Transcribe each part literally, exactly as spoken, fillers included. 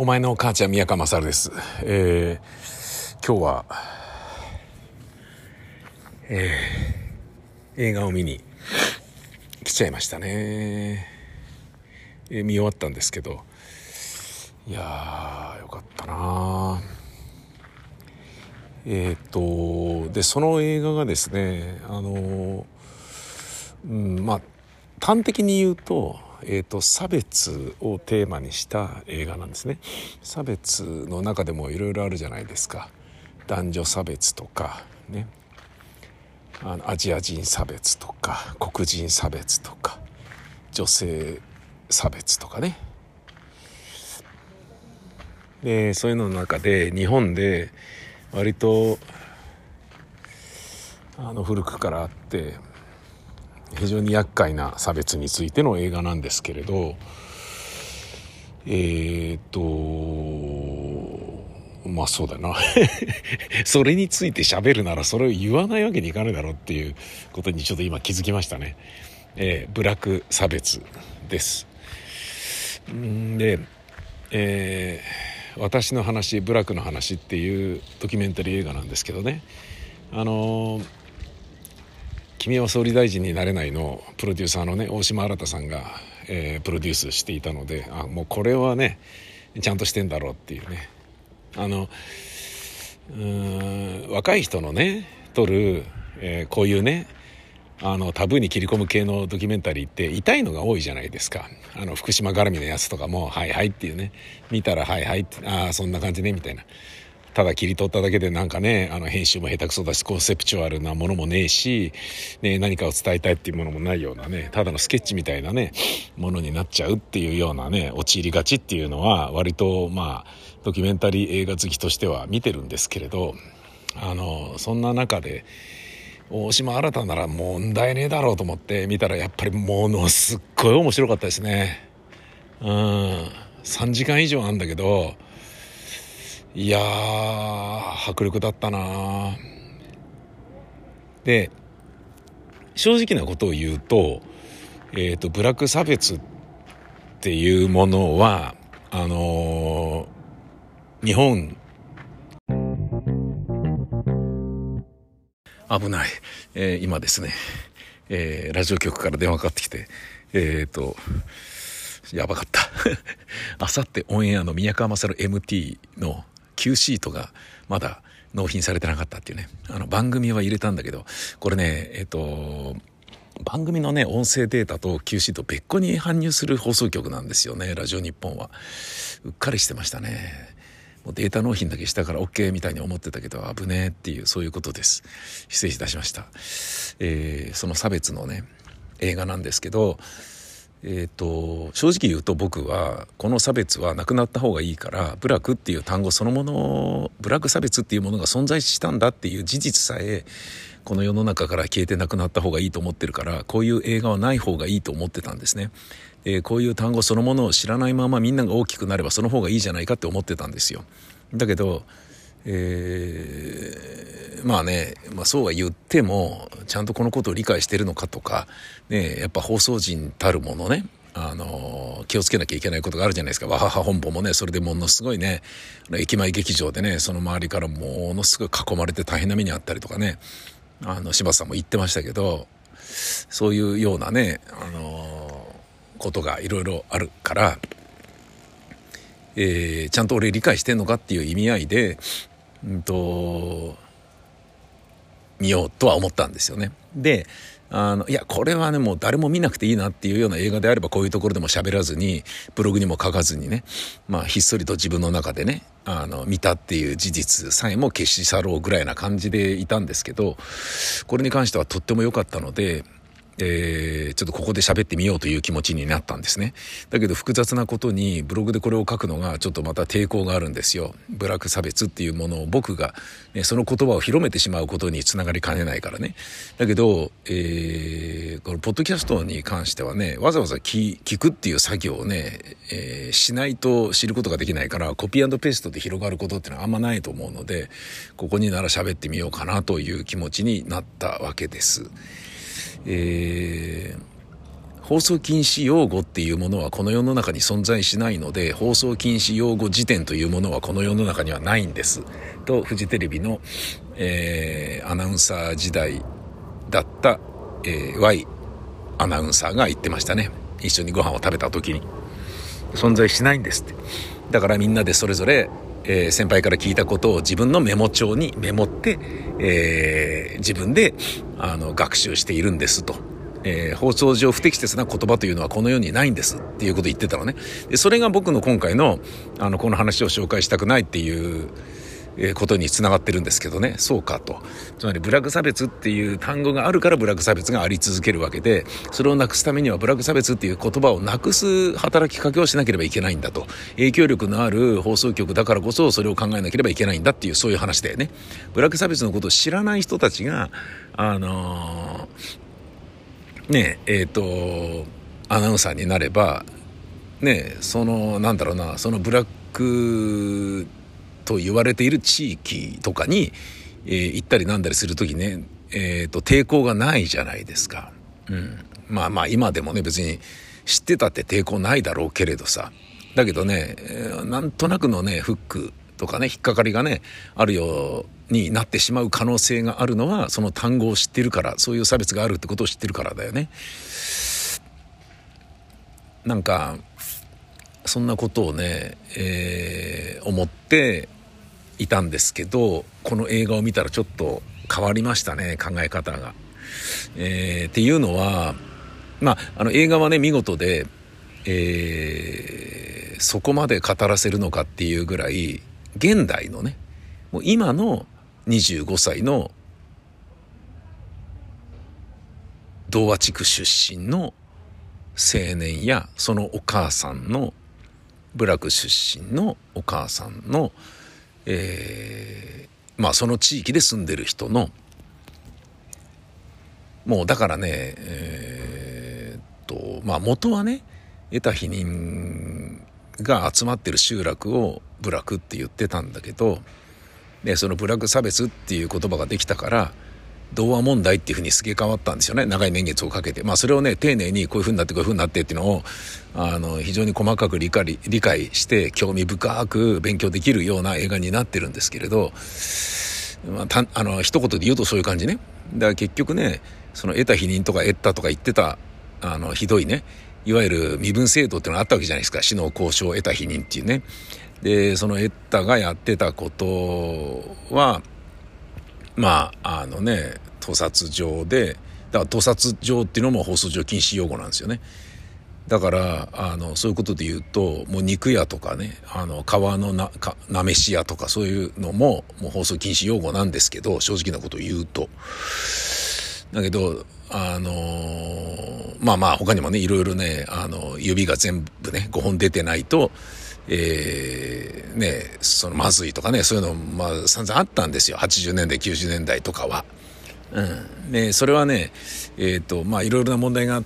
お前の母ちゃん宮川勝です。えー、今日は、えー、映画を見に来ちゃいましたね。えー、見終わったんですけど、いやーよかったな。えー、っとでその映画がですね、あの、うん、まあ端的に言うと、えーと、差別をテーマにした映画なんですね。差別の中でもいろいろあるじゃないですか。男女差別とかね、あのアジア人差別とか黒人差別とか女性差別とかね。でそういうのの中で日本で割とあの古くからあって非常に厄介な差別についての映画なんですけれど、えーっとまあそうだなそれについて喋るならそれを言わないわけにいかないだろうっていうことにちょっと今気づきましたね。えー、ブラック差別です。んで、えー、私の話ブラックの話っていうドキュメンタリー映画なんですけどね、あのー君は総理大臣になれないのプロデューサーのね大島新さんが、えー、プロデュースしていたので、あもうこれはねちゃんとしてんだろうっていうね、あのうーん若い人のね撮る、えー、こういうねあのタブーに切り込む系のドキュメンタリーって痛いのが多いじゃないですか。あの福島絡みのやつとかもはいはいっていうね、見たらはいはいってああそんな感じねみたいな、ただ切り取っただけでなんかねあの編集も下手くそだしコンセプチュアルなものもねえし、ね、何かを伝えたいっていうものもないようなねただのスケッチみたいなねものになっちゃうっていうようなね陥りがちっていうのは割とまあドキュメンタリー映画好きとしては見てるんですけれど、あのそんな中で大島新なら問題ねえだろうと思って見たらやっぱりものすっごい面白かったですね。うんさんじかん以上あるんだけどいやー迫力だったな。で正直なことを言うと、えーと、ブラック差別っていうものはあのー、日本危ない、えー、今ですね、えー、ラジオ局から電話かかってきてえーとやばかったあさってオンエアの宮川勝 エムティー のQ シートがまだ納品されてなかったっていうね、あの番組は入れたんだけどこれねえっと番組のね音声データと Q シート別個に搬入する放送局なんですよね、ラジオ日本は。うっかりしてましたね。もうデータ納品だけしたから OK みたいに思ってたけど危ねえっていうそういうことです。失礼いたしました。えー、その差別のね映画なんですけど、えーと、正直言うと僕はこの差別はなくなった方がいいからブラックっていう単語そのもの、ブラック差別っていうものが存在したんだっていう事実さえこの世の中から消えてなくなった方がいいと思ってるから、こういう映画はない方がいいと思ってたんですね。えー、こういう単語そのものを知らないままみんなが大きくなればその方がいいじゃないかって思ってたんですよ。だけどえー、まあね、まあ、そうは言ってもちゃんとこのことを理解してるのかとか、ね、やっぱ放送人たるものね、あの気をつけなきゃいけないことがあるじゃないですか。わはは本舗もねそれでものすごいね駅前劇場でねその周りからものすごい囲まれて大変な目にあったりとかね、あの柴田さんも言ってましたけど、そういうようなね、あのことがいろいろあるから、えー、ちゃんと俺理解してんのかっていう意味合いでうんと見ようとは思ったんですよね。であのいやこれはねもう誰も見なくていいなっていうような映画であればこういうところでも喋らずにブログにも書かずにね、まあひっそりと自分の中でねあの見たっていう事実さえも消し去ろうぐらいな感じでいたんですけど、これに関してはとっても良かったのでえー、ちょっとここで喋ってみようという気持ちになったんですね。だけど複雑なことにブログでこれを書くのがちょっとまた抵抗があるんですよ。ブラック差別っていうものを僕が、ね、その言葉を広めてしまうことにつながりかねないからね。だけど、えー、このポッドキャストに関してはねわざわざ 聞, 聞くっていう作業をね、えー、しないと知ることができないから、コピー&ペーストで広がることってのはあんまないと思うので、ここになら喋ってみようかなという気持ちになったわけです。えー、 放送禁止用語っていうものはこの世の中に存在しないので、放送禁止用語辞典というものはこの世の中にはないんですと、フジテレビの、えー、アナウンサー時代だった、えー、Y アナウンサーが言ってましたね。一緒にご飯を食べた時に、存在しないんですって。だからみんなでそれぞれ、えー、先輩から聞いたことを自分のメモ帳にメモって、えー、自分であの学習しているんですと、えー、放送上不適切な言葉というのはこの世にないんですっていうことを言ってたのね。でそれが僕の今回の、あのこの話を紹介したくないっていうことにつながってるんですけどね。そうかと。つまり部落差別っていう単語があるから部落差別があり続けるわけで、それをなくすためには部落差別っていう言葉をなくす働きかけをしなければいけないんだと。影響力のある放送局だからこそそれを考えなければいけないんだっていう、そういう話だよね。部落差別のことを知らない人たちがあのー、ねええー、とアナウンサーになればね、そのなんだろうな、そのブラックと言われている地域とかに、えー、行ったりなんだりするときね、えーと、抵抗がないじゃないですか。うん。まあまあ今でもね別に知ってたって抵抗ないだろうけれどさ。だけどね、えー、なんとなくのねフックとかね引っかかりがねあるようになってしまう可能性があるのは、その単語を知ってるから、そういう差別があるってことを知ってるからだよね。なんかそんなことをね、えー、思っていたんですけど、この映画を見たらちょっと変わりましたね、考え方が。えー、っていうのは、まあ、あの映画はね見事で、えー、そこまで語らせるのかっていうぐらい現代のね、もう今のにじゅうごさいの童話地区出身の青年やそのお母さんの部落出身のお母さんの、えー、まあその地域で住んでる人の、もうだからね、えー、っとまあ元はね得た否認が集まってる集落を部落って言ってたんだけど、でその部落差別っていう言葉ができたから童話問題っていうふうにすげ替わったんですよね、長い年月をかけて。まあそれをね丁寧にこういうふうになってこういうふうになってっていうのをあの非常に細かく理解理解して興味深く勉強できるような映画になってるんですけれど、まあ、たあの一言で言うとそういう感じね。だから結局ね、その得た否認とか得たとか言ってたあのひどいね、いわゆる身分制度っていうのがあったわけじゃないですか。死の交渉得た否認っていうね。でその得たがやってたことはまああのね盗撮上で、だから盗撮上っていうのも放送上禁止用語なんですよね。だからあのそういうことで言うと、もう肉屋とかね、あの川のなかなめし屋とかそういうのももう放送禁止用語なんですけど、正直なことを言うと。だけどあのー、まあまあ他にもねいろいろね、あの指が全部ねごほん出てないとえー、ねそのまずいとかね、そういうのまあ散々あったんですよ、はちじゅうねんだいきゅうじゅうねんだいとかは。うん、でそれはねえーとまあいろいろな問題があって、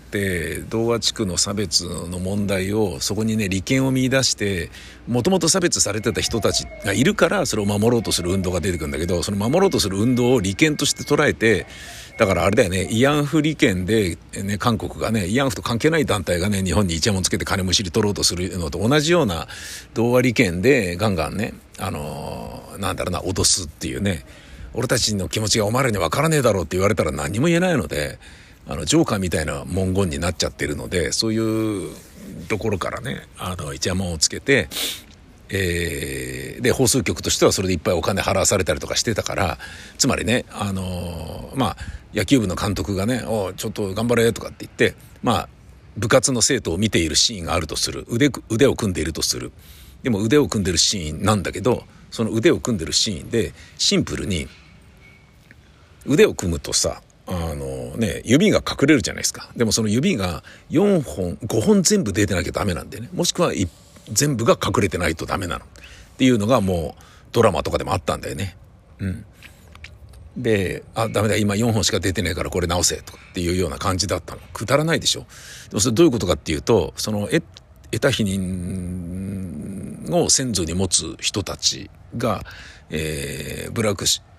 童話地区の差別の問題をそこにね利権を見出して、もともと差別されてた人たちがいるからそれを守ろうとする運動が出てくるんだけど、その守ろうとする運動を利権として捉えて、だからあれだよね、慰安婦利権で、ね、韓国がね慰安婦と関係ない団体がね日本にイチャモンつけて金むしり取ろうとするのと同じような童話利権でガンガンね、あのー、なんだろうな脅すっていうね、俺たちの気持ちがお前らに分からねえだろうって言われたら何も言えないので、あのジョーカーみたいな文言になっちゃってるので、そういうところからねあのイチャモンをつけて、えー、で放送局としてはそれでいっぱいお金払わされたりとかしてたから、つまりねあのー、まあ野球部の監督がねおちょっと頑張れとかって言って、まあ部活の生徒を見ているシーンがあるとする、 腕, 腕を組んでいるとする。でも腕を組んでるシーンなんだけど、その腕を組んでるシーンでシンプルに腕を組むとさ、あのね指が隠れるじゃないですか。でもその指がよんほんごほん全部出てなきゃダメなんでね、もしくは全部が隠れてないとダメなのっていうのがもうドラマとかでもあったんだよね。うんで、あ、ダメだ今よんほんしか出てないからこれ直せとかっていうような感じだったの。くだらないでしょ。でもそれどういうことかっていうと、その得た否認を先祖に持つ人たちが、えー、部落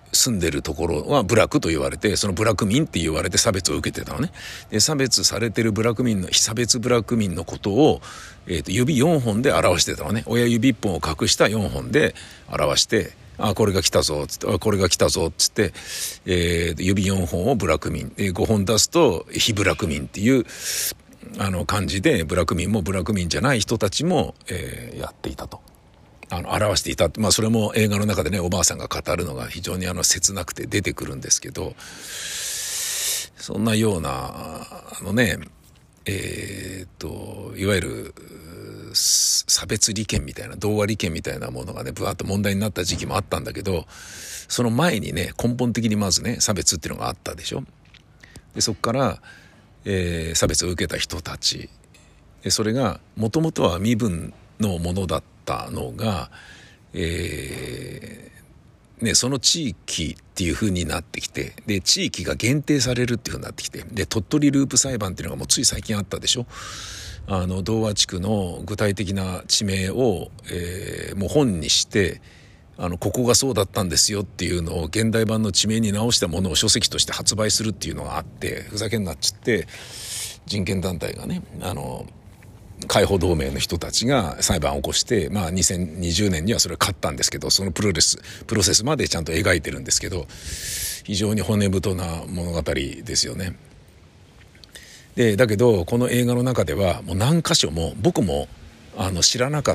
住んでるところは部落と言われて、その部落民って言われて差別を受けてたのね。で差別されてる部落民の、被差別部落民のことを、えー、と指よんほんで表してたのね。親指いっぽんを隠したよんほんで表して、あこれが来たぞっつって、あこれが来たぞっつって、えー、指よんほんを部落民、でごほん出すと非部落民っていうあの感じで、部落民も部落民じゃない人たちも、えー、やっていたと。あの表していた。まあそれも映画の中でね、おばあさんが語るのが非常にあの切なくて出てくるんですけど、そんなようなあのね、えー、っといわゆる差別利権みたいな、同和利権みたいなものがねぶわっと問題になった時期もあったんだけど、その前にね根本的にまずね差別っていうのがあったでしょ。でそこから、えー、差別を受けた人たちで、それがもともとは身分のものだったのが、えーね、その地域っていう風になってきて、で地域が限定されるっていう風になってきて、で鳥取ループ裁判っていうのがもうつい最近あったでしょ。あの童話地区の具体的な地名を、えー、もう本にして、あのここがそうだったんですよっていうのを現代版の地名に直したものを書籍として発売するっていうのがあって、ふざけんなっちって人権団体がね、あの解放同盟の人たちが裁判を起こして、まあ、にせんにじゅうねんにはそれ勝ったんですけど、そのプロレスプロセスまでちゃんと描いてるんですけど、非常に骨太な物語ですよね。でだけどこの映画の中ではもう何箇所も僕もあの知らなかった、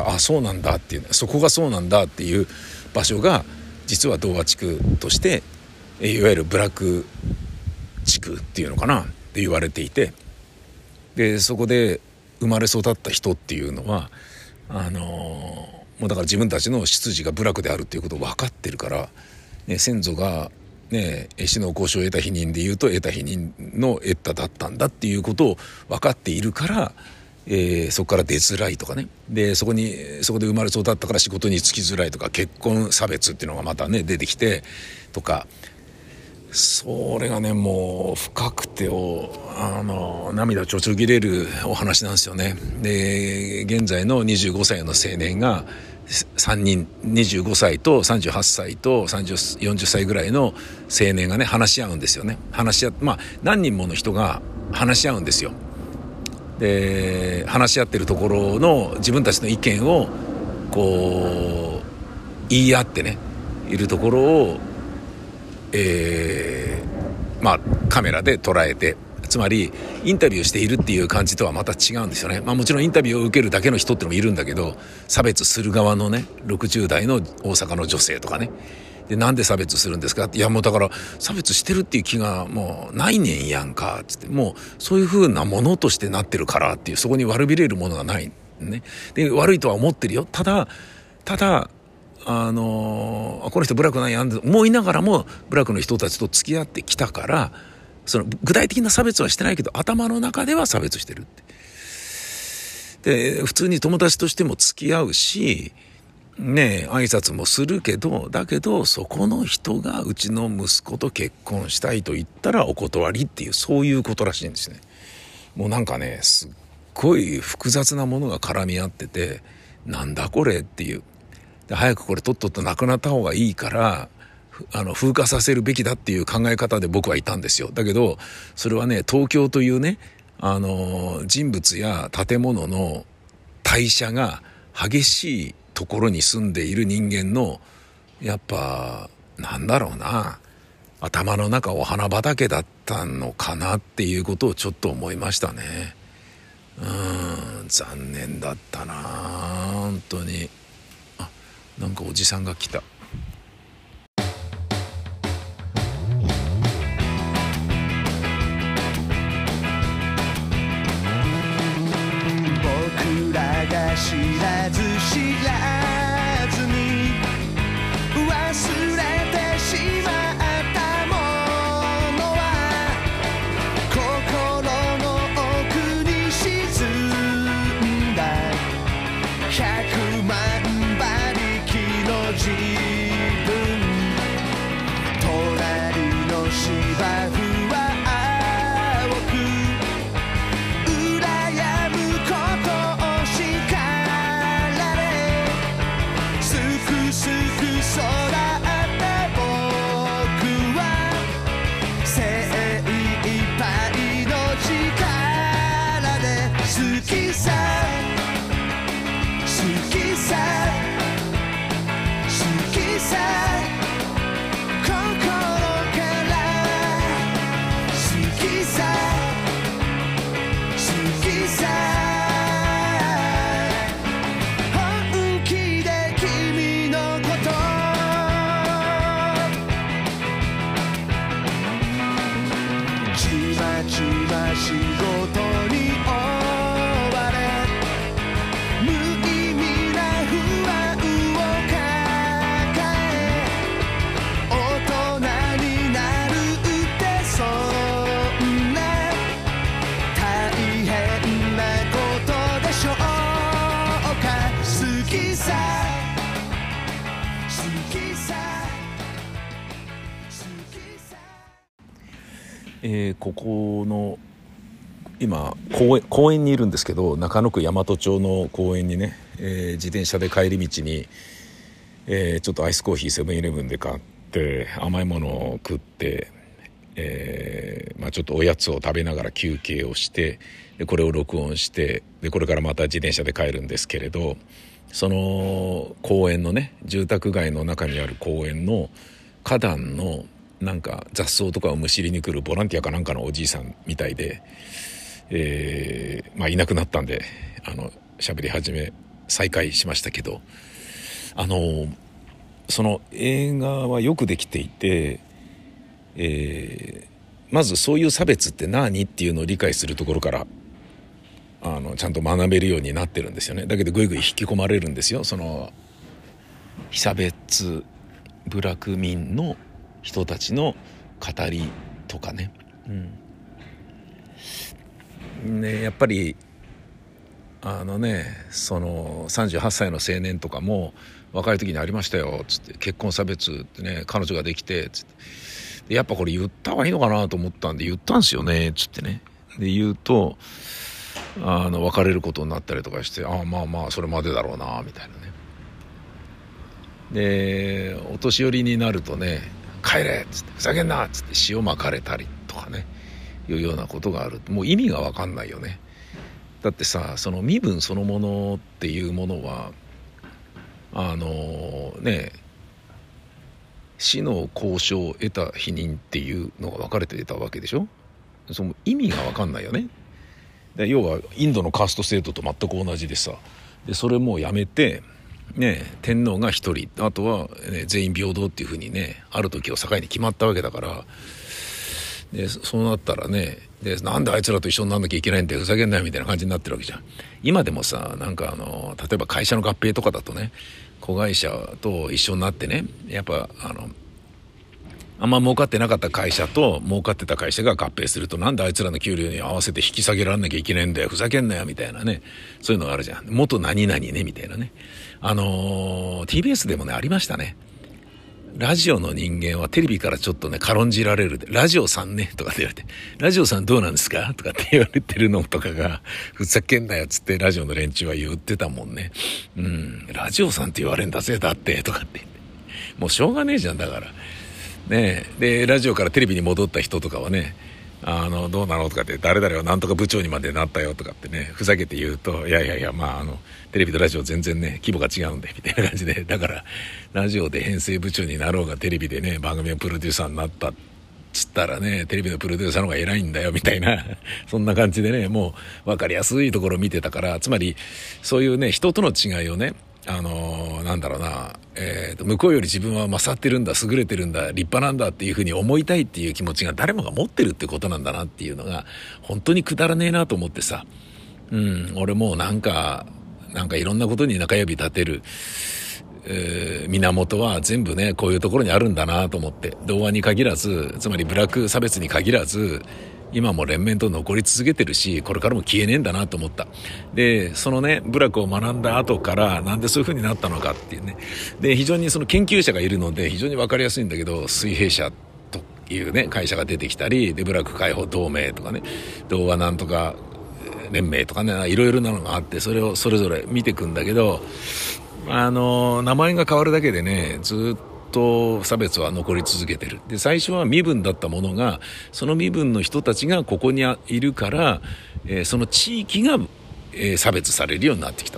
あそうなんだっていう、そこがそうなんだっていう場所が実は童話地区として、いわゆるブラック地区っていうのかなって言われていて、でそこで生まれ育った人っていうのはあのー、もうだから自分たちの出自が部落であるっていうことを分かってるから、ね、先祖が、ね、死の交渉を得た否認でいうと得た否認の得ただったんだっていうことを分かっているから、えー、そこから出づらいとかね、でそこにそこで生まれ育ったから仕事に就きづらいとか、結婚差別っていうのがまたね出てきてとか、それがねもう深くておあの涙ちょちょぎれるお話なんですよね。で現在のにじゅうごさいの青年がさんにん、にじゅうごさいとさんじゅうはっさいとさんじゅう、よんじゅっさいぐらいの青年がね話し合うんですよね。話し合って、まあ何人もの人が話し合うんですよ。で話し合ってるところの自分たちの意見をこう言い合ってねいるところを、えー、まあカメラで捉えて、つまりインタビューしているっていう感じとはまた違うんですよね。まあもちろんインタビューを受けるだけの人ってのもいるんだけど、差別する側のねろくじゅう代の大阪の女性とかね、でなんで差別するんですかって、いやもうだから差別してるっていう気がもうないねんやんかつって、もうそういう風なものとしてなってるからっていう、そこに悪びれるものがないね。で悪いとは思ってるよ。ただただあのー、この人ブラックなんやんって思いながらもブラックの人たちと付き合ってきたから、その具体的な差別はしてないけど頭の中では差別してるって。で普通に友達としても付き合うしねえ挨拶もするけど、だけどそこの人がうちの息子と結婚したいと言ったらお断りっていう、そういうことらしいんですね。もうなんかねすっごい複雑なものが絡み合ってて、なんだこれっていう。で早くこれとっととなくなった方がいいからあの風化させるべきだっていう考え方で僕はいたんですよ。だけどそれはね東京というねあの人物や建物の代謝が激しいところに住んでいる人間のやっぱなんだろうな、頭の中お花畑だったのかなっていうことをちょっと思いましたね。うーん残念だったな本当に。あなんかおじさんが来た。 僕らが知らず知らずに忘れてしまったものは心の奥に沈んだ百万馬力の自由さ心から好きさ好きさ本気で君のことちまちま仕事に追われ無意味な不安を抱え大人になるってそんな大変なことでしょうか好きさ好きさ好きさえーここの今公園、公園にいるんですけど、中野区大和町の公園にね、えー自転車で帰り道に、えーちょっとアイスコーヒーセブンイレブンで買って甘いものを食って、えーまあ、ちょっとおやつを食べながら休憩をして、でこれを録音して、でこれからまた自転車で帰るんですけれど、その公園のね、住宅街の中にある公園の花壇のなんか雑草とかをむしりに来るボランティアかなんかのおじいさんみたいで、えーまあ、いなくなったんであの喋り始め再開しましたけど、あのその映画はよくできていて、えーまずそういう差別って何っていうのを理解するところからあのちゃんと学べるようになってるんですよね。だけどぐいぐい引き込まれるんですよ。その被差別部落民の人たちの語りとかね、うん、ねやっぱりあのねそのさんじゅうはっさいの青年とかも若い時にありましたよつって、結婚差別ってね、彼女ができてつって、でやっぱこれ言った方がいいのかなと思ったんで言ったんですよねつってね、で言うとあの別れることになったりとかして、ああまあまあそれまでだろうなみたいなね。でお年寄りになるとね、帰れっつってふざけんなっつって塩まかれたりとかねいうようなことがある。もう意味が分かんないよね。だってさ、その身分そのものっていうものはあのね死の交渉を得た否認っていうのが分かれてたわけでしょ。その意味が分かんないよね。で要はインドのカースト制度と全く同じでさ、でそれもうやめてね、天皇が一人、あとは、ね、全員平等っていう風にねある時を境に決まったわけだから、でそうなったらね、でなんであいつらと一緒になんなきゃいけないんだよふざけんなよみたいな感じになってるわけじゃん。今でもさ、なんかあの例えば会社の合併とかだとね、子会社と一緒になってね、やっぱあのあんま儲かってなかった会社と儲かってた会社が合併すると、なんであいつらの給料に合わせて引き下げられなきゃいけないんだよふざけんなよみたいなね、そういうのがあるじゃん。元何々ねみたいなね。あのー、ティービーエス でもねありましたね。ラジオの人間はテレビからちょっとね軽んじられるで、ラジオさんねとかって言われて、ラジオさんどうなんですかとかって言われてるのとかがふざけんなよっつってラジオの連中は言ってたもんね。うん、ラジオさんって言われんだぜだってとかってもうしょうがねえじゃん。だからねえ、でラジオからテレビに戻った人とかはね、あのどうなのとかって誰々はなんとか部長にまでなったよとかってねふざけて言うと、いやいやいやまああのテレビとラジオ全然ね規模が違うんでみたいな感じで、だからラジオで編成部長になろうがテレビでね番組のプロデューサーになったっつったらね、テレビのプロデューサーの方が偉いんだよみたいなそんな感じでね、もう分かりやすいところを見てたから、つまりそういうね人との違いをね、あのー、なんだろうな、えーと、向こうより自分は勝ってるんだ、優れてるんだ、立派なんだっていうふうに思いたいっていう気持ちが誰もが持ってるってことなんだなっていうのが本当にくだらねえなと思ってさ、うん、俺もうなんかなんかいろんなことに中指立てる、えー、源は全部ねこういうところにあるんだなと思って、童話に限らず、つまりブラック差別に限らず今も連綿と残り続けてるし、これからも消えねえんだなと思った。でそのね部落を学んだ後からなんでそういう風になったのかっていうね、で非常にその研究者がいるので非常に分かりやすいんだけど、水平社というね会社が出てきたり、で部落解放同盟とかね、童話なんとか連盟とかね、いろいろなのがあって、それをそれぞれ見ていくんだけど、あの名前が変わるだけでねずっとと差別は残り続けてる。で最初は身分だったものが、その身分の人たちがここにいるから、えー、その地域が、えー、差別されるようになってきたと。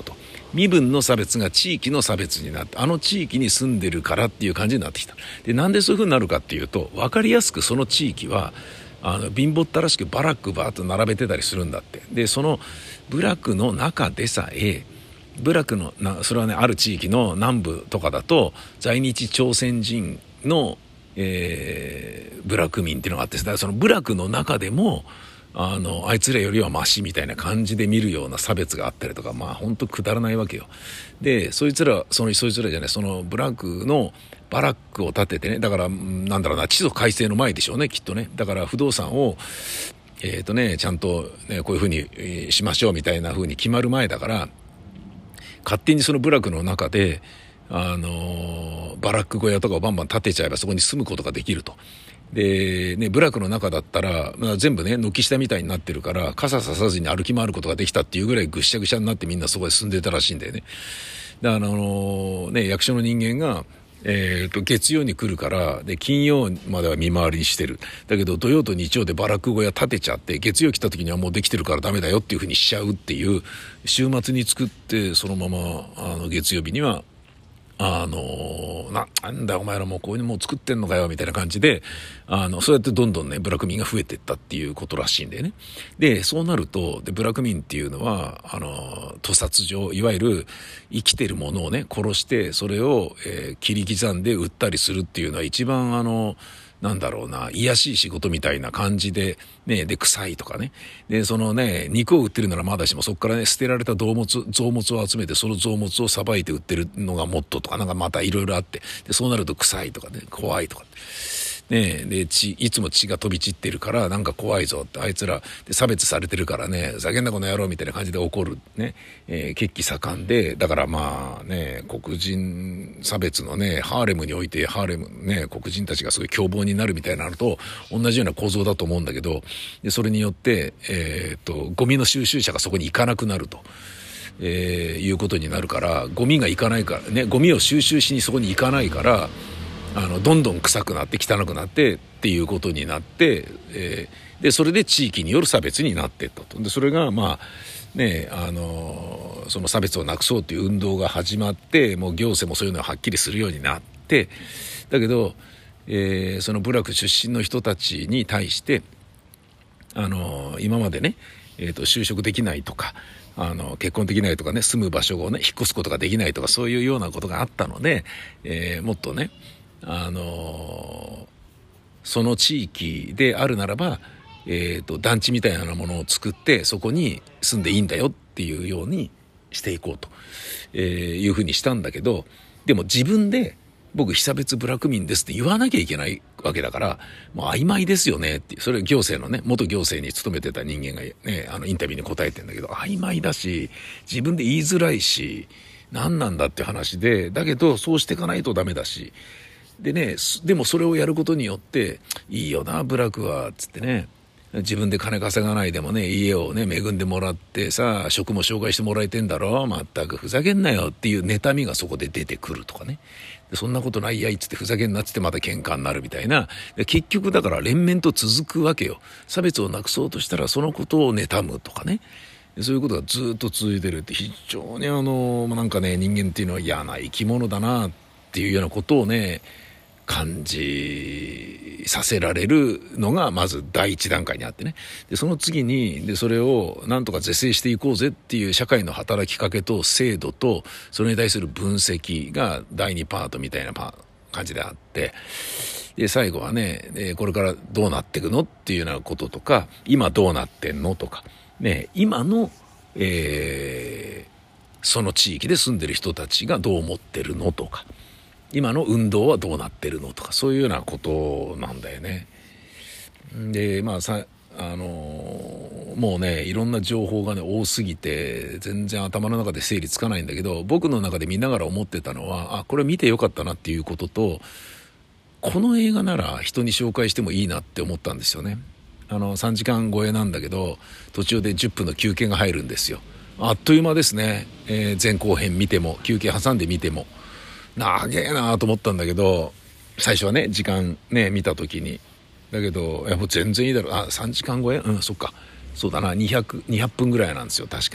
身分の差別が地域の差別になって、あの地域に住んでるからっていう感じになってきた。で、なんでそういう風になるかっていうと、分かりやすくその地域はあの貧乏ったらしくバラックバーッと並べてたりするんだって。で、その部落の中でさえ、部落のなそれはね、ある地域の南部とかだと在日朝鮮人の、えー、部落民っていうのがあって、だからその部落の中でもあのあいつらよりはマシみたいな感じで見るような差別があったりとか、まあ本当くだらないわけよ。で、そいつらそのそいつらじゃない、その部落のバラックを建ててね、だからなんだろうな、地租改正の前でしょうね、きっとね。だから不動産をえっとねちゃんとねこういうふうにしましょうみたいなふうに決まる前だから、勝手にその部落の中であのバラック小屋とかをバンバン建てちゃえばそこに住むことができると。でね、部落の中だったら、まあ、全部ね軒下みたいになってるから傘ささずに歩き回ることができたっていうぐらいぐしゃぐしゃになって、みんなそこで住んでたらしいんだよね。だからあのね、役所の人間がえー、と月曜に来るからで金曜までは見回りにしてる。だけど土曜と日曜でバラック小屋建てちゃって、月曜来た時にはもうできてるからダメだよっていう風にしちゃうっていう、週末に作ってそのままあの月曜日にはあのな、なんだお前らもうこういうのもう作ってんのかよみたいな感じで、あのそうやってどんどんね部落民が増えていったっていうことらしいんだよね。でそうなるとで部落民っていうのはあの屠殺場、いわゆる生きてるものをね殺してそれを、えー、切り刻んで売ったりするっていうのは一番あのなんだろうな、癒しい仕事みたいな感じで、ね、で、臭いとかね。で、そのね、肉を売ってるならまだしも、そこからね、捨てられた動物、臓物を集めて、その臓物をさばいて売ってるのがモットーとか、なんかまたいろいろあって、で、そうなると臭いとかね、怖いとか。ねえ、で、血、いつも血が飛び散ってるから、なんか怖いぞって、あいつら、で、差別されてるからね、ざけんなこの野郎みたいな感じで怒る、ね、えー、血気盛んで、だからまあね、黒人差別のね、ハーレムにおいて、ハーレム、ね、黒人たちがすごい凶暴になるみたいなのと、同じような構造だと思うんだけど、で、それによって、えー、っと、ゴミの収集車がそこに行かなくなると。えー、いうことになるから、ゴミが行かないからね、ゴミを収集しにそこに行かないから、あのどんどん臭くなって汚くなってっていうことになって、えー、でそれで地域による差別になっていったと。でそれがまあね、あのその差別をなくそうという運動が始まって、もう行政もそういうのがはっきりするようになって、だけど、えー、その部落出身の人たちに対してあの今までね、えーと、就職できないとかあの結婚できないとかね、住む場所をね引っ越すことができないとか、そういうようなことがあったので、えー、もっとねあのその地域であるならば、えーと、団地みたいなものを作ってそこに住んでいいんだよっていうようにしていこうと、えー、いうふうにしたんだけど、でも自分で僕被差別部落民ですって言わなきゃいけないわけだから、もう曖昧ですよねって、それ行政のね、元行政に勤めてた人間がね、あのインタビューに答えてんだけど、曖昧だし自分で言いづらいし何なんだって話で、だけどそうしていかないとダメだし、でね、でもそれをやることによっていいよな部落はつってね、自分で金稼がないでもね家をね恵んでもらってさ、職も紹介してもらえてんだろ、まったくふざけんなよっていう妬みがそこで出てくるとかね、でそんなことないやいっつってふざけんなっつってまた喧嘩になるみたいな、で結局だから連綿と続くわけよ。差別をなくそうとしたらそのことを妬むとかね、そういうことがずっと続いてるって、非常にあのなんかね、人間っていうのは嫌な生き物だなっていうようなことをね感じさせられるのがまず第一段階にあってね、でその次にでそれをなんとか是正していこうぜっていう社会の働きかけと制度とそれに対する分析が第二パートみたいなパ感じであって、で最後はね、これからどうなっていくのっていうようなこととか、今どうなってんのとかね、今の、えー、その地域で住んでる人たちがどう思ってるのとか、今の運動はどうなってるのとか、そういうようなことなんだよね。でまあさあのもうねいろんな情報がね多すぎて全然頭の中で整理つかないんだけど、僕の中で見ながら思ってたのは、あこれ見てよかったなっていうことと、この映画なら人に紹介してもいいなって思ったんですよね。あのさんじかん超えなんだけど途中でじゅっぷんの休憩が入るんですよ。あっという間ですね、えー、前後編見ても休憩挟んで見ても長えなと思ったんだけど、最初はね時間ね見た時にだけどいやもう全然いいだろう、あさんじかん超え、うんそっかそうだな、にひゃく、にひゃっぷんぐらいなんですよ確か。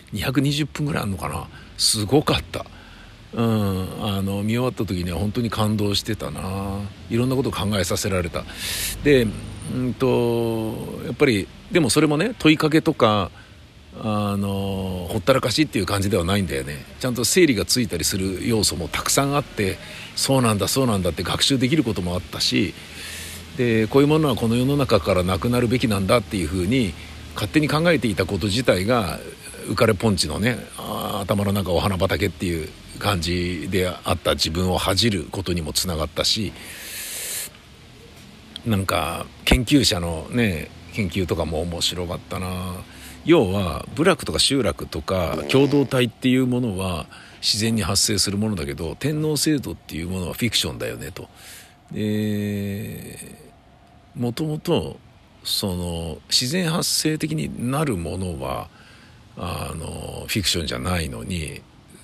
にひゃくにじゅっぷんぐらいあるのかな。すごかった。うん、あの見終わった時には本当に感動してたな。いろんなことを考えさせられた。で、うんとやっぱりでもそれもね、問いかけとかあのほったらかしっていう感じではないんだよね。ちゃんと整理がついたりする要素もたくさんあって、そうなんだそうなんだって学習できることもあったし、でこういうものはこの世の中からなくなるべきなんだっていうふうに勝手に考えていたこと自体が浮かれポンチのね、あ頭の中お花畑っていう感じであった自分を恥じることにもつながったし、なんか研究者のね研究とかも面白かったな。要は部落とか集落とか共同体っていうものは自然に発生するものだけど、天皇制度っていうものはフィクションだよねと。でもともとその自然発生的になるものはあのフィクションじゃないのに、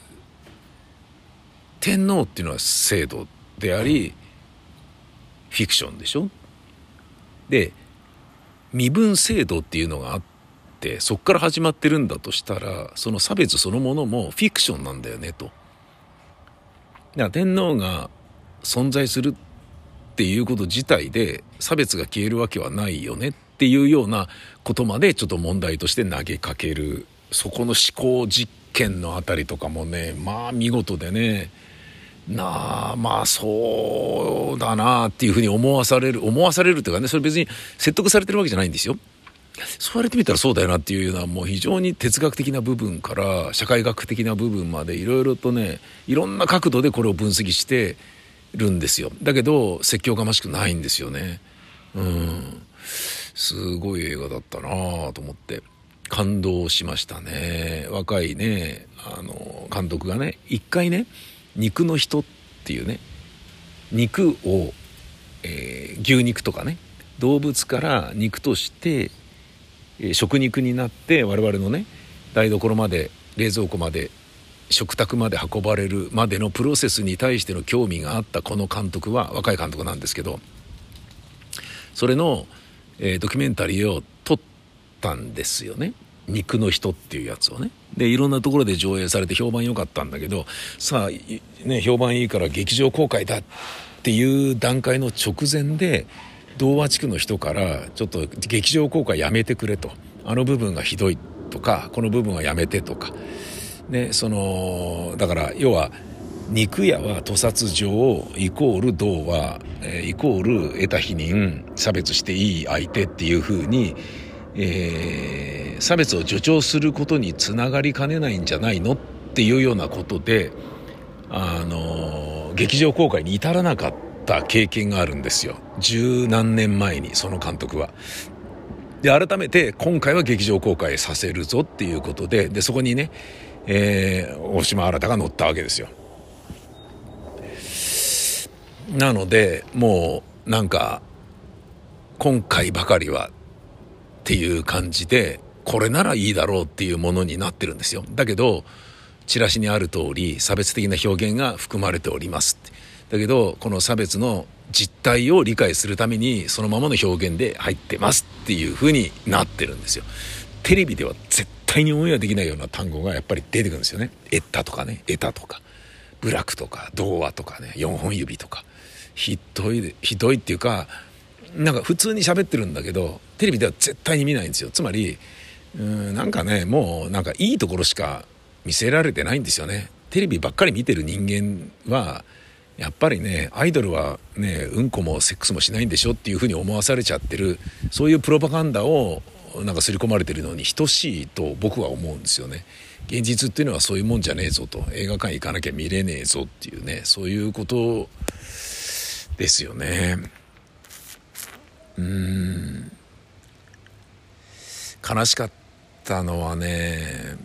天皇っていうのは制度でありフィクションでしょ。で身分制度っていうのがあって、そこから始まってるんだとしたら、その差別そのものもフィクションなんだよねと。だから天皇が存在するっていうこと自体で差別が消えるわけはないよねっていうようなことまでちょっと問題として投げかける。そこの思考実験のあたりとかもね、まあ見事でね、なあまあそうだなっていうふうに思わされる思わされるというかね、それ別に説得されてるわけじゃないんですよ。そう言われてみたらそうだよなっていうような、もう非常に哲学的な部分から社会学的な部分までいろいろとね、いろんな角度でこれを分析してるんですよ。だけど説教がましくないんですよね。うんすごい映画だったなと思って感動しましたね。若いねあの監督がね、一回ね肉の人っていうね、肉を、えー、牛肉とかね動物から肉として、えー、食肉になって我々のね台所まで冷蔵庫まで食卓まで運ばれるまでのプロセスに対しての興味があったこの監督は、若い監督なんですけど、それの、えー、ドキュメンタリーを撮ったんですよね。肉の人っていうやつをね。でいろんなところで上映されて評判良かったんだけど、さあ、ね、評判いいから劇場公開だっていう段階の直前で童話地区の人からちょっと劇場公開やめてくれと、あの部分がひどいとかこの部分はやめてとか、ね、そのだから要は肉屋は屠殺場イコール童話、えー、イコール得た否認差別していい相手っていう風に、えー、差別を助長することにつながりかねないんじゃないのっていうようなことで、あの劇場公開に至らなかった経験があるんですよ。十何年前にその監督は。で改めて今回は劇場公開させるぞっていうことで、でそこにね、えー、大島新が乗ったわけですよ。なのでもうなんか今回ばかりはっていう感じで、これならいいだろうっていうものになってるんですよ。だけどチラシにある通り差別的な表現が含まれておりますって。だけどこの差別の実態を理解するためにそのままの表現で入ってますっていう風になってるんですよ。テレビでは絶対にオンエアできないような単語がやっぱり出てくるんですよね。エッタとかね、エタとか部落とか童話とかね、よんほん指とか、ひどいでひどいっていうか、なんか普通に喋ってるんだけどテレビでは絶対に見ないんですよ。つまりうーんなんかね、もうなんかいいところしか見せられてないんですよね。テレビばっかり見てる人間はやっぱりね、アイドルはねうんこもセックスもしないんでしょっていうふうに思わされちゃってる、そういうプロパガンダをなんか刷り込まれてるのに等しいと僕は思うんですよね。現実っていうのはそういうもんじゃねえぞと、映画館行かなきゃ見れねえぞっていうね、そういうことですよね。うーん悲しかったのはね、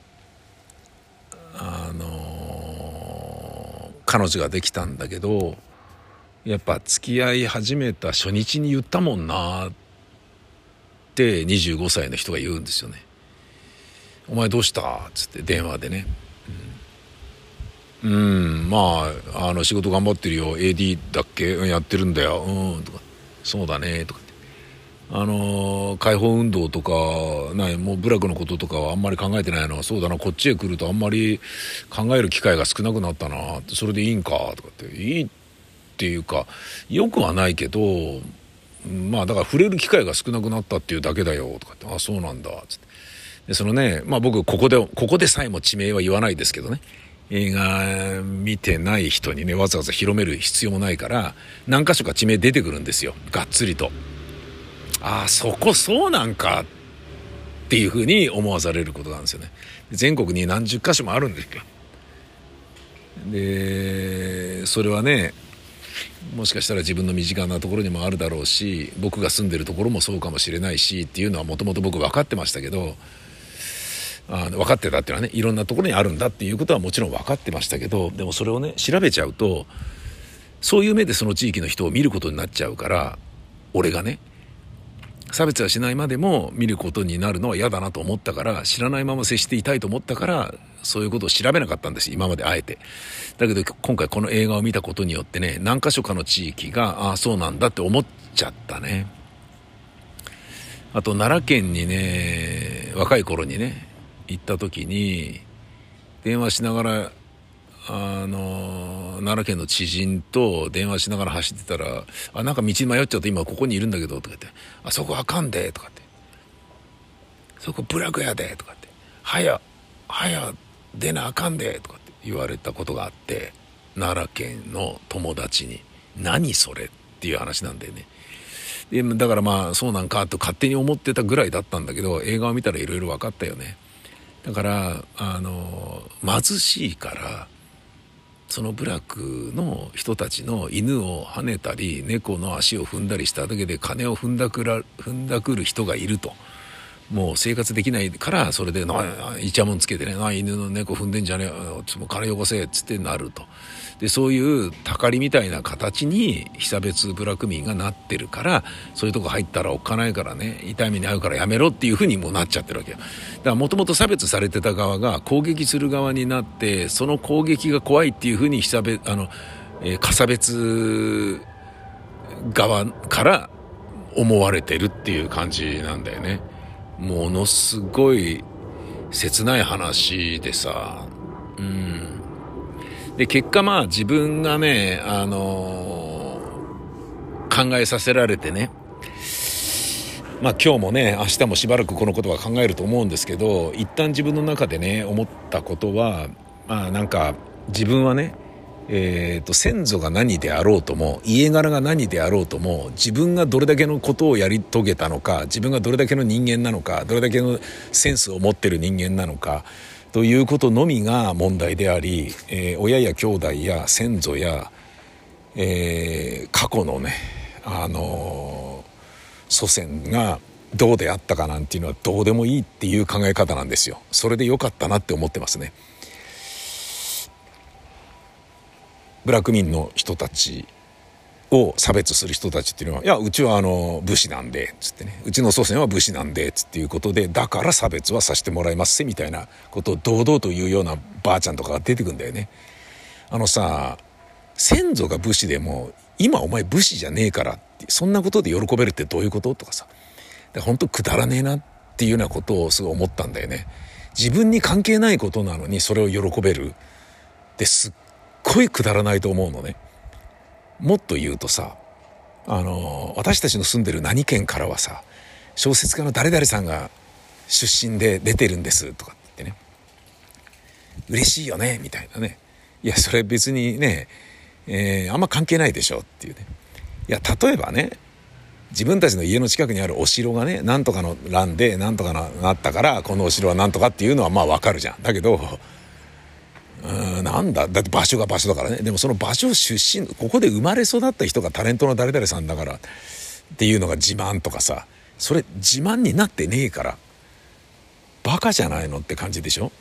あの彼女ができたんだけど、やっぱ付き合い始めた初日に言ったもんなってにじゅうごさいの人が言うんですよね。お前どうしたっつって電話でね、うん、うんまああの仕事頑張ってるよ、 エーディー だっけ、やってるんだよ、うんとか、そうだねとかって、 あのー、解放運動とかないもう部落のこととかはあんまり考えてないのは、そうだな、こっちへ来るとあんまり考える機会が少なくなったな、それでいいんかとかって、いいっていうかよくはないけど、まあだから触れる機会が少なくなったっていうだけだよとかって、あそうなんだつって、でそのね、まあ僕ここでここでさえも地名は言わないですけどね、映画見てない人にねわざわざ広める必要もないから何か所か地名出てくるんですよ、がっつりと。ああそこそうなんかっていうふうに思わされることなんですよね。全国に何十か所もあるんですよ。でそれはね、もしかしたら自分の身近なところにもあるだろうし、僕が住んでるところもそうかもしれないしっていうのはもともと僕分かってましたけど、あ分かってたっていうのはね、いろんなところにあるんだっていうことはもちろん分かってましたけど、でもそれをね調べちゃうとそういう目でその地域の人を見ることになっちゃうから、俺がね差別はしないまでも見ることになるのは嫌だなと思ったから、知らないまま接していたいと思ったから、そういうことを調べなかったんです今まであえて。だけど今回この映画を見たことによってね、何か所かの地域がああそうなんだって思っちゃったね。あと奈良県にね若い頃にね行った時に電話しながら、あの奈良県の知人と電話しながら走ってたら、あなんか道に迷っちゃって今ここにいるんだけどとか言って、あそこあかんでとかって、そこ部落やでとかって、はやはや出なあかんでとかって言われたことがあって、奈良県の友達に何それっていう話なんだよね。でだからまあそうなんかと勝手に思ってたぐらいだったんだけど、映画を見たらいろいろ分かったよね。だからあの貧しいからその部落の人たちの犬を跳ねたり猫の足を踏んだりしただけで金を踏んだくら踏んだくる人がいると、もう生活できないからそれでなイチャモンつけてね、な犬の猫踏んでんじゃねえよ、ちょっと金よこせっつってなると。でそういうたかりみたいな形に被差別部落民がなってるから、そういうとこ入ったらおっかないからね、痛い目に遭うからやめろっていうふうにもなっちゃってるわけよ。だからもともと差別されてた側が攻撃する側になって、その攻撃が怖いっていうふうに被差別あの、えー、加差別側から思われてるっていう感じなんだよね。ものすごい切ない話でさ、うんで結果まあ自分がね、あのー、考えさせられてね、まあ今日もね明日もしばらくこのことは考えると思うんですけど、一旦自分の中でね思ったことは、まあなんか自分はね、えーと先祖が何であろうとも家柄が何であろうとも、自分がどれだけのことをやり遂げたのか、自分がどれだけの人間なのか、どれだけのセンスを持ってる人間なのかということのみが問題であり、えー、親や兄弟や先祖や、えー、過去のね、あのー、祖先がどうであったかなんていうのはどうでもいいっていう考え方なんですよ。それでよかったなって思ってますね。部落民の人たちを差別する人たちっていうのは、いやうちはあの武士なんでつってね、うちの祖先は武士なんでつっていうことで、だから差別はさせてもらいますみたいなことを堂々と言うようなばあちゃんとかが出てくるんだよね。あのさ、先祖が武士でも今お前武士じゃねえからって、そんなことで喜べるってどういうこととかさ、本当くだらねえなっていうようなことをすごい思ったんだよね。自分に関係ないことなのにそれを喜べるってすっごいくだらないと思うのね。もっと言うとさ、あの私たちの住んでる何県からはさ、小説家の誰々さんが出身で出てるんですとかって言ってね、嬉しいよねみたいなね。いやそれ別にね、えー、あんま関係ないでしょっていうね。いや例えばね、自分たちの家の近くにあるお城がねなんとかの乱でなんとかななったからこのお城はなんとかっていうのはまあわかるじゃん。だけどうーんなんだだって場所が場所だからね。でもその場所出身、ここで生まれ育った人がタレントの誰々さんだからっていうのが自慢とかさ、それ自慢になってねえからバカじゃないのって感じでしょ。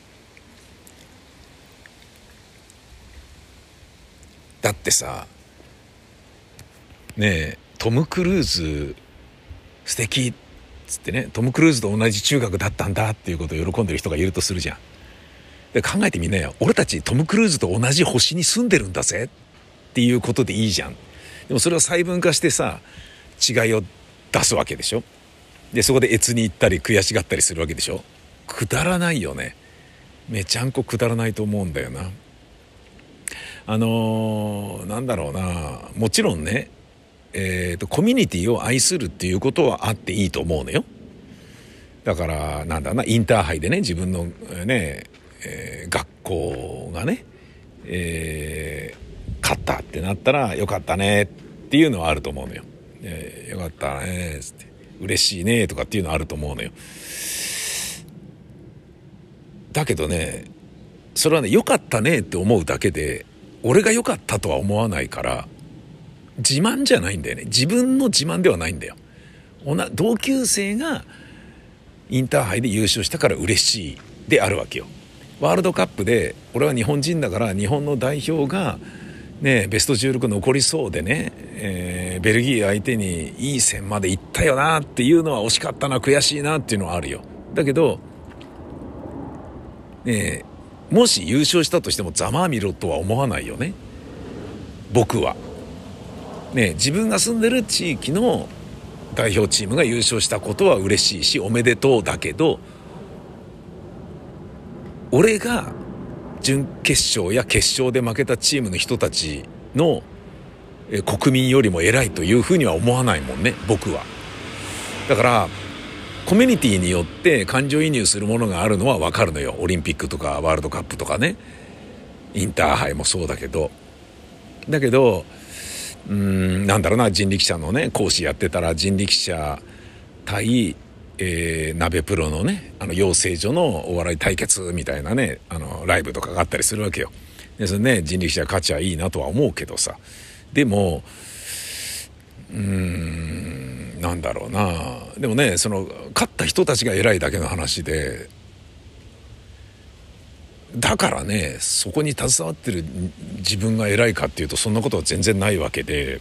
だってさねえ、トム・クルーズ素敵っつってね、トム・クルーズと同じ中学だったんだっていうことを喜んでる人がいるとするじゃん。で考えてみなよ、俺たちトム・クルーズと同じ星に住んでるんだぜっていうことでいいじゃん。でもそれを細分化してさ、違いを出すわけでしょ。でそこで越に行ったり悔しがったりするわけでしょ。くだらないよね。めちゃんこくだらないと思うんだよな。あのー、なんだろうな、もちろんね、えーと、コミュニティを愛するっていうことはあっていいと思うのよ。だからなんだろうな、インターハイでね、自分のね、えー、学校がね、えー、勝ったってなったらよかったねっていうのはあると思うのよ。えー、よかったねつって嬉しいねとかっていうのはあると思うのよ。だけどね、それはね、よかったねって思うだけで俺が良かったとは思わないから自慢じゃないんだよね。自分の自慢ではないんだよ。同級生がインターハイで優勝したから嬉しいであるわけよ。ワールドカップで俺は日本人だから日本の代表がねベストじゅうろく残りそうでね、えー、ベルギー相手にいい線まで行ったよなっていうのは惜しかったな、悔しいなっていうのはあるよ。だけどね、もし優勝したとしてもざまあみろとは思わないよね、僕はね。自分が住んでる地域の代表チームが優勝したことは嬉しいしおめでとうだけど、俺が準決勝や決勝で負けたチームの人たちの国民よりも偉いというふうには思わないもんね、僕は。だからコミュニティによって感情移入するものがあるのは分かるのよ。オリンピックとかワールドカップとかね、インターハイもそうだけど、だけどうーんなんだろうな、人力車のね講師やってたら人力車対、えー、鍋プロのねあの養成所のお笑い対決みたいなね、あのライブとかがあったりするわけよ。でそれね、人力車勝ちはいいなとは思うけどさ、でもうーんなんだろうな、でもね、その勝った人たちが偉いだけの話で、だからねそこに携わってる自分が偉いかっていうとそんなことは全然ないわけで、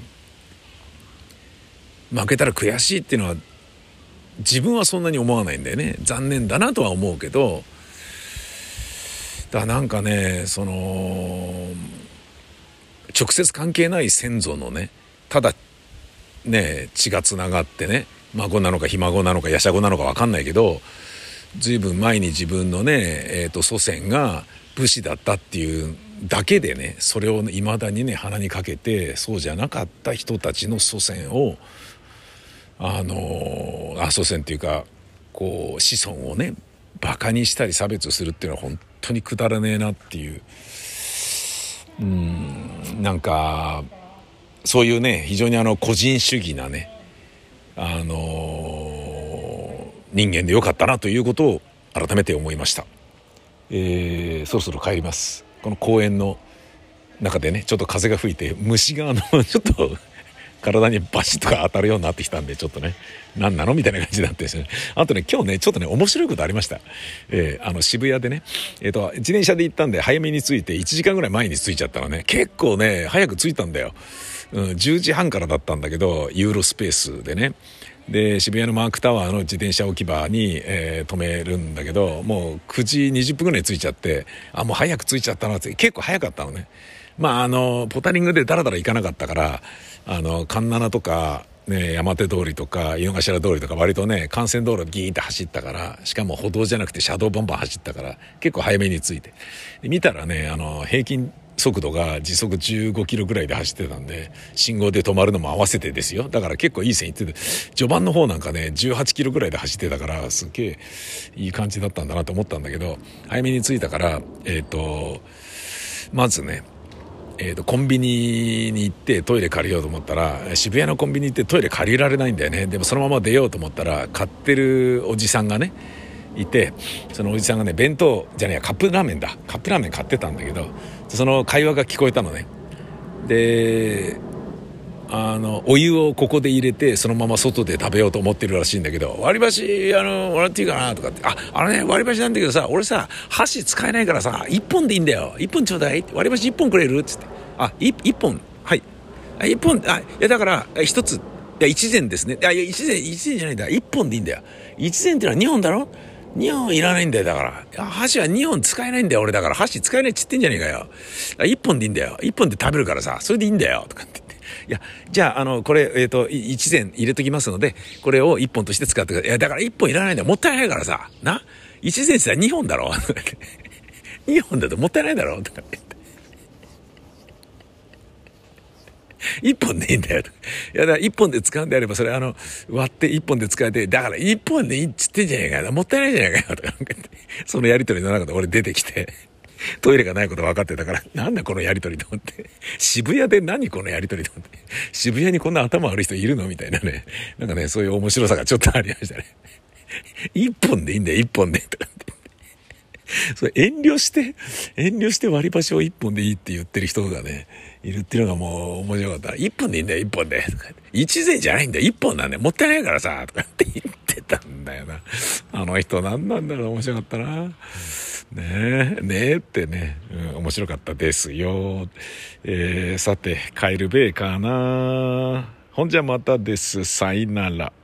負けたら悔しいっていうのは自分はそんなに思わないんだよね。残念だなとは思うけど、だからなんかね、その直接関係ない先祖のね、ただね血がつながってね、孫なのかひ孫なのかやしゃごなのか分かんないけど、ずいぶん前に自分のね、えーと祖先が武士だったっていうだけでね、それをいまだにね鼻にかけて、そうじゃなかった人たちの祖先をあのあ祖先っていうかこう子孫をねバカにしたり差別するっていうのは本当にくだらねえなっていう、うーんなんかそういうね非常にあの個人主義なねあの人間でよかったなということを改めて思いました。えー、そろそろ帰ります。この公園の中でねちょっと風が吹いて虫があのちょっと体にバシッとか当たるようになってきたんで、ちょっとね何なのみたいな感じになってですね。あとね今日ねちょっとね面白いことありました。えー、あの渋谷でね、えーと自転車で行ったんで早めに着いていちじかんぐらい前に着いちゃったのね。結構ね早く着いたんだよ。うん、じゅうじはんからだったんだけどユーロスペースでね、で渋谷のマークタワーの自転車置き場に、えー、止めるんだけど、もうくじにじゅっぷんぐらい着いちゃって、あもう早く着いちゃったなって、結構早かったのね。まああのポタリングでダラダラ行かなかったから、あの環七とか、ね、山手通りとか井の頭通りとか割とね幹線道路ギーンって走ったから、しかも歩道じゃなくて車道バンバン走ったから結構早めに着いて、で見たらねあの平均速度が時速じゅうごキロぐらいで走ってたんで、信号で止まるのも合わせてですよ。だから結構いい線いってて、序盤の方なんかねじゅうはちキロぐらいで走ってたから、すっげえいい感じだったんだなと思ったんだけど、早めに着いたからえっとまずねえーとコンビニに行ってトイレ借りようと思ったら、渋谷のコンビニ行ってトイレ借りられないんだよね。でもそのまま出ようと思ったら買ってるおじさんがねいて、そのおじさんがね弁当じゃねえやカップラーメンだカップラーメン買ってたんだけど、その会話が聞こえたのね。であのお湯をここで入れてそのまま外で食べようと思ってるらしいんだけど、割り箸あのもらっていいかなとかって、ああのね割り箸なんだけどさ、俺さ箸使えないからさいっぽんでいいんだよ、いっぽんちょうだい、割り箸いっぽんくれるっつって、あいいっぽんはいあいっぽん、あいやだからひとつ、いや一膳ですね、いやいや一膳一膳じゃないんだ、いっぽんでいいんだよ。一膳ってのはにほんだろ、にほんいらないんだよ。だから箸はにほん使えないんだよ俺、だから箸使えないっつってんじゃねえかよ。いっぽんでいいんだよ、いっぽんで食べるからさ、それでいいんだよとかって言って、 いや、じゃあ、あの、これ、えっと、い一膳入れときますので、これを一本として使ってください。いや、だから一本いらないんだよ。もったいないからさ。な一膳したら二本だろ二本だともったいないだろとか言って。一本でいいんだよ。いや、だから一本で使うんであれば、それあの、割って一本で使えて、だから一本でいいっつってんじゃねえかよ。もったいないじゃないかよ。とか言って。そのやりとりの中で俺出てきて、トイレがないこと分かってたから、なんだこのやりとりと思って。渋谷で何このやりとりと思って。渋谷にこんな頭悪い人いるのみたいなね。なんかね、そういう面白さがちょっとありましたね。一本でいいんだよ、一本で。とかって。それ遠慮して、遠慮して割り箸を一本でいいって言ってる人がね、いるっていうのがもう面白かった。一本でいいんだよ、一本で。とか一膳じゃないんだよ、一本なんだよ。もったいないからさ、とかって言ってたんだよな。あの人何なんだろう、面白かったな。ねえ、ねえってね、うん、面白かったですよ。えー、さて、帰るべえかな。ほんじゃまたです。さいなら。